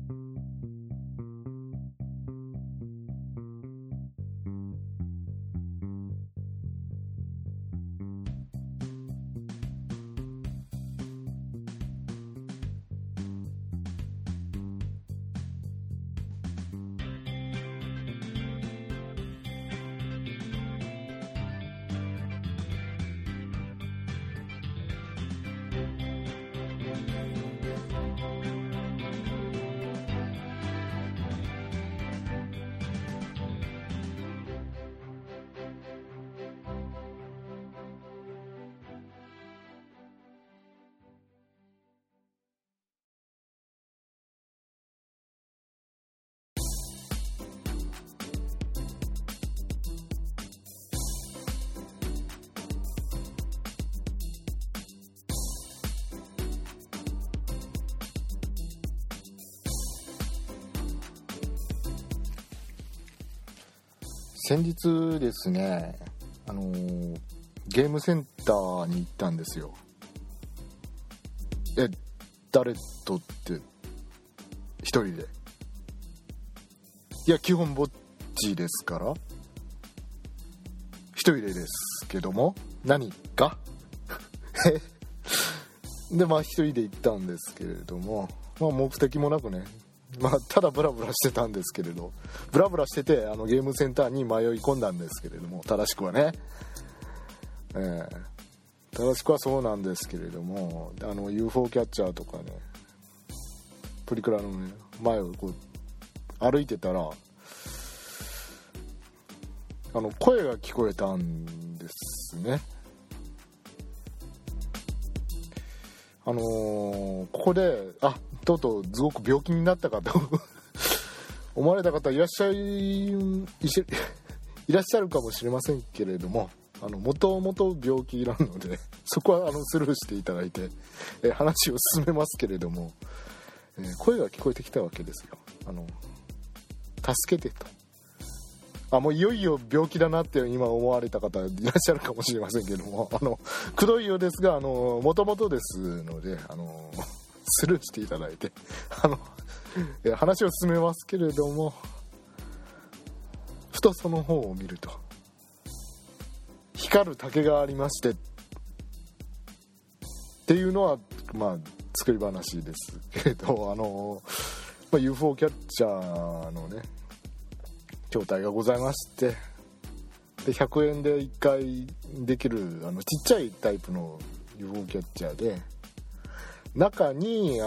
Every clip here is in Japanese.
先日ですね、ゲームセンターに行ったんですよ。誰とって一人で。いや基本ぼっちですから一人ですけども、何かで一人で行ったんですけれども、目的もなくね、ただブラブラしてたんですけれど、ブラブラしててゲームセンターに迷い込んだんですけれども、正しくはね、正しくはそうなんですけれども、UFO キャッチャーとかね、プリクラのね前をこう歩いてたら声が聞こえたんですね。ここでとうとうすごく病気になったかと思われた方いらっしゃるかもしれませんけれども、もともと病気なのでそこはスルーしていただいて、話を進めますけれども、声が聞こえてきたわけですよ。助けてと。もういよいよ病気だなって今思われた方いらっしゃるかもしれませんけども、くどいようですがもともとですのでスルーしていただいて話を進めますけれども、ふとその方を見ると光る竹がありましてっていうのは作り話ですけれど、UFO キャッチャーのね筐体がございまして、で100円で1回できるちっちゃいタイプの UFO キャッチャーで、中に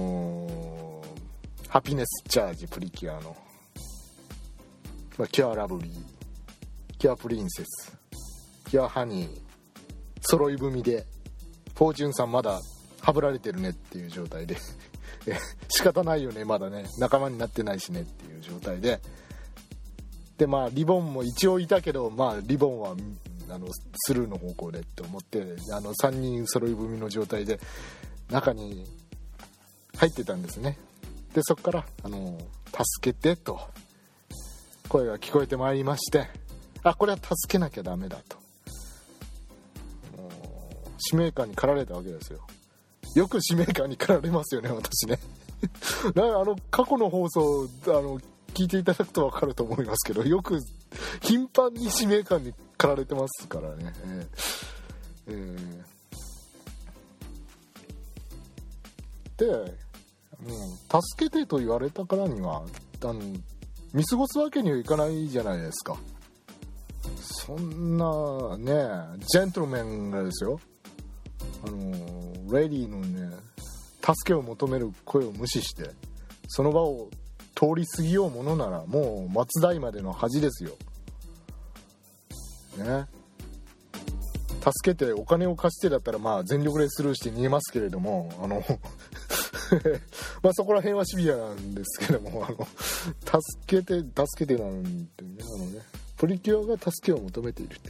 ハピネスチャージプリキュアの、キュアラブリー、キュアプリンセス、キュアハニー揃い踏みで、フォーチュンさんまだはぶられてるねっていう状態で仕方ないよね、まだね仲間になってないしねっていう状態で、リボンも一応いたけど、リボンはスルーの方向でって思って3人揃い踏みの状態で中に入ってたんですね。でそこから助けてと声が聞こえてまいりまして、これは助けなきゃダメだと使命感に駆られたわけですよ。よく使命感に駆られますよね、私ね過去の放送聞いていただくと分かると思いますけど、よく頻繁に使命感に駆られてますからね。で、助けてと言われたからには見過ごすわけにはいかないじゃないですか。そんなねジェントルメンがですよ、レディーのね助けを求める声を無視してその場を通り過ぎようものならもう松代までの恥ですよね。助けてお金を貸してだったら全力でスルーして逃げますけれども、そこら辺はシビアなんですけども、助けてなんてね、プリキュアが助けを求めているって、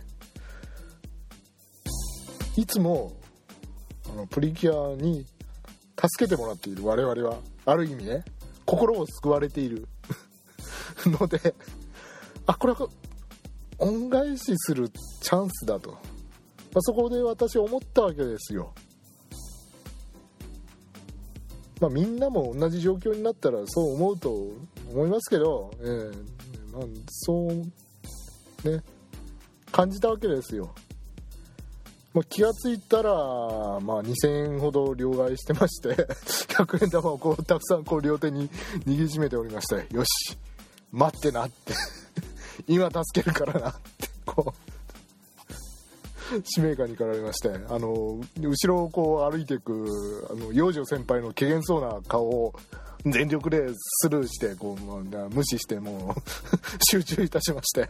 いつもプリキュアに助けてもらっている我々はある意味ね心を救われているので、これは恩返しするチャンスだと、そこで私思ったわけですよ。 みんなも同じ状況になったらそう思うと思いますけど、そうね感じたわけですよ。気がついたら、2000円ほど両替してまして100円玉をこうたくさんこう両手に握りしめておりまして、よし待ってなって今助けるからなってこう使命感に駆られまして、後ろをこう歩いていく幼女先輩の怪げそうな顔を全力でスルーしてこう、無視してもう集中いたしまして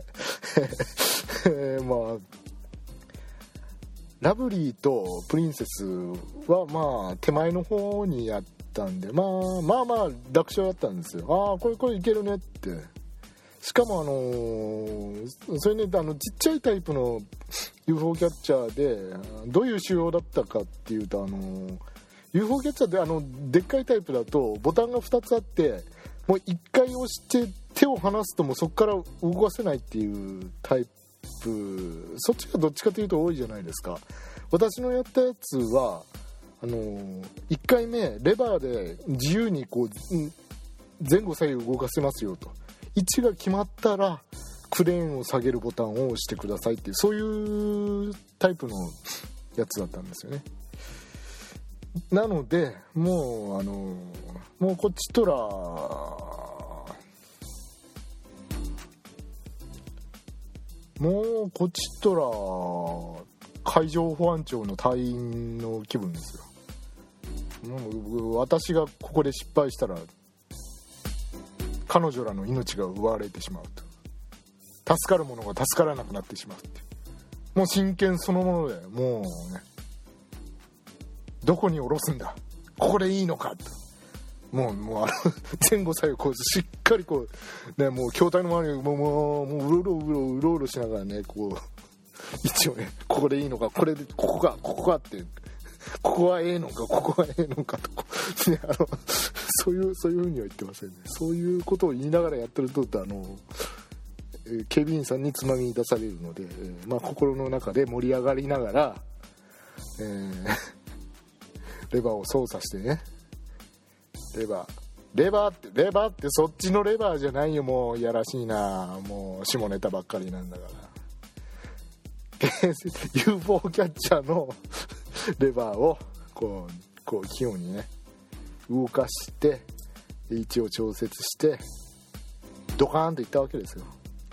ラブリーとプリンセスは手前の方にやったんで楽勝だったんですよ。これいけるねって。しかもそれねちっちゃいタイプの UFO キャッチャーでどういう仕様だったかっていうとUFO キャッチャーででっかいタイプだとボタンが2つあってもう1回押して手を離すともうそこから動かせないっていうタイプ、そっちがどっちかというと多いじゃないですか。私のやったやつは1回目レバーで自由にこう前後左右動かせますよと、位置が決まったらクレーンを下げるボタンを押してくださいっていう、そういうタイプのやつだったんですよね。なのでもうこっちとら海上保安庁の隊員の気分ですよ。私がここで失敗したら彼女らの命が奪われてしまうと、助かるものが助からなくなってしまうって、もう真剣そのもので、もうねどこに下ろすんだ、ここでいいのかと、もう前後左右こうしっかりこうね、もう筐体の周りをもううろうろしながらね、こう一応ねここでいいのか、ここかってここはええのかここはええのかとね、そういう風には言ってませんね。そういうことを言いながらやってると警備員さんにつまみ出されるので、心の中で盛り上がりながら、レバーを操作してね、レバーってそっちのレバーじゃないよ、もういやらしいな、もう下ネタばっかりなんだからUFO キャッチャーのレバーをこう器用にね動かして位置を調節してドカーンといったわけですよ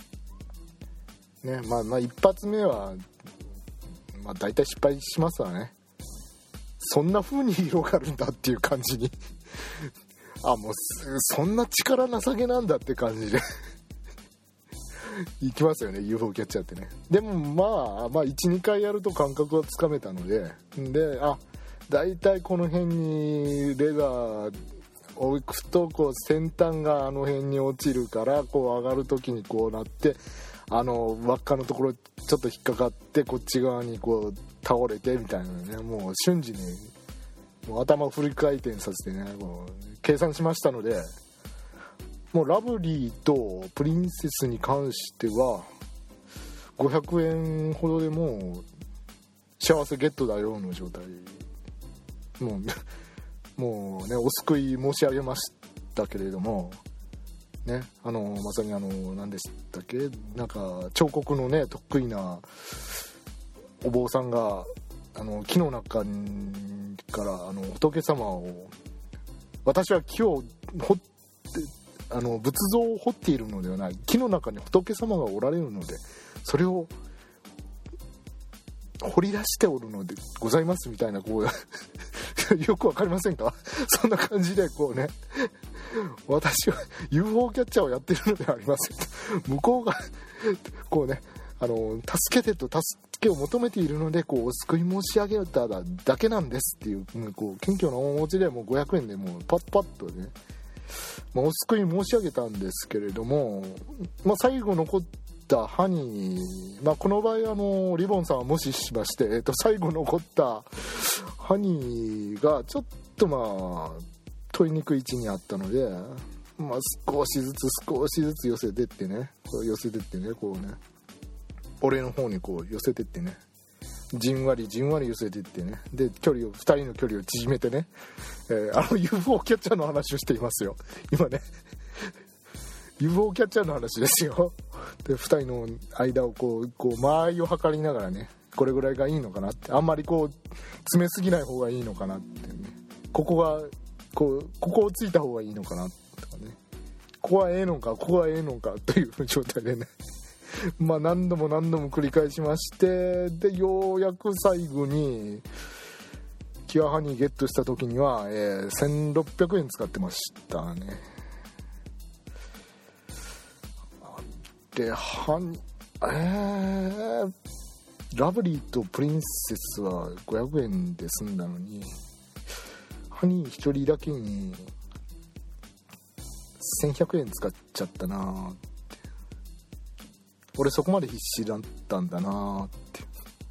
ね。一発目は大体失敗しますわね。そんな風に広がるんだっていう感じにもうそんな力なさげなんだって感じでいきますよね UFO キャッチャーってね。でも1,2 回やると感覚はつかめたのでだいたいこの辺にレバーを置くとこう先端が辺に落ちるからこう上がる時にこうなって輪っかのところちょっと引っかかってこっち側にこう倒れてみたいなね、もう瞬時にもう頭をフル回転させてねもう計算しましたので、もうラブリーとプリンセスに関しては500円ほどでもう幸せゲットだよの状態、もうねお救い申し上げましたけれどもね、まさに何でしたっけ、なんか彫刻のね得意なお坊さんが木の中から仏様を、私は木を掘って仏像を彫っているのではない、木の中に仏様がおられるのでそれを掘り出しておるのでございますみたいなこうよくわかりませんかそんな感じでこうね、私は UFO キャッチャーをやってるのではありませんと、向こうがこうね助けてと助けを求めているのでこうお救い申し上げただけなんですっていうこう謙虚な面持ちでもう500円でもうパッとね、お救い申し上げたんですけれども、最後残ったハニー、この場合リボンさんは無視しまして、最後残ったハニーがちょっと取りにくい位置にあったので、少しずつ寄せてってねこうね俺の方にこう寄せてってね、 じんわり寄せていってね、で2人の距離を縮めてね、UFO キャッチャーの話をしていますよ今ねUFO キャッチャーの話ですよ。で2人の間をこう間合いを測りながらね、これぐらいがいいのかなって、あんまり詰めすぎない方がいいのかなってね、ここをついた方がいいのかなとかね、ここはええのかという状態でねまあ何度も繰り返しまして、でようやく最後にキュアハニーゲットした時には、1600円使ってましたね。でラブリーとプリンセスは500円で済んだのに、ハニー1人だけに1100円使っちゃったなーって、俺そこまで必死だったんだなーって。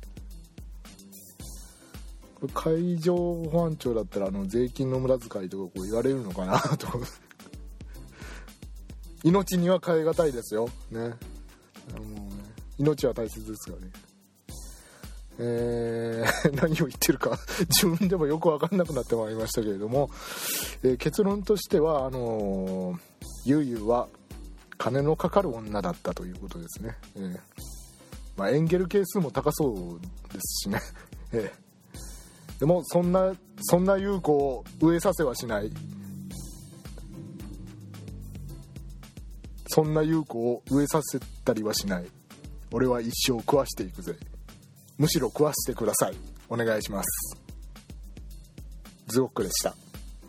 これ海上保安庁だったら税金の無駄遣いとか言われるのかなと命には代え難いですよね。もうね、命は大切ですからね。何を言ってるか自分でもよく分かんなくなってまいりましたけれども、結論としてはゆうゆうは金のかかる女だったということですね。エンゲル係数も高そうですしね、でもそんな優子を飢えさせはしない、そんな優子を飢えさせたりはしない、俺は一生食わしていくぜ、むしろ食わせてください、お願いします。ズゴックでした。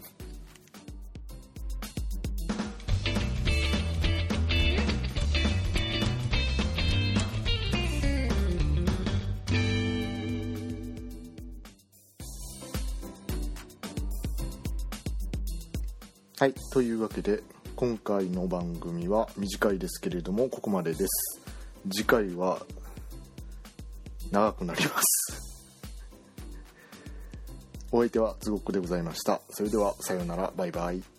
はい、というわけで今回の番組は短いですけれどもここまでです。次回は長くなりますお相手はズゴックでございました。それではさようなら、バイバイ。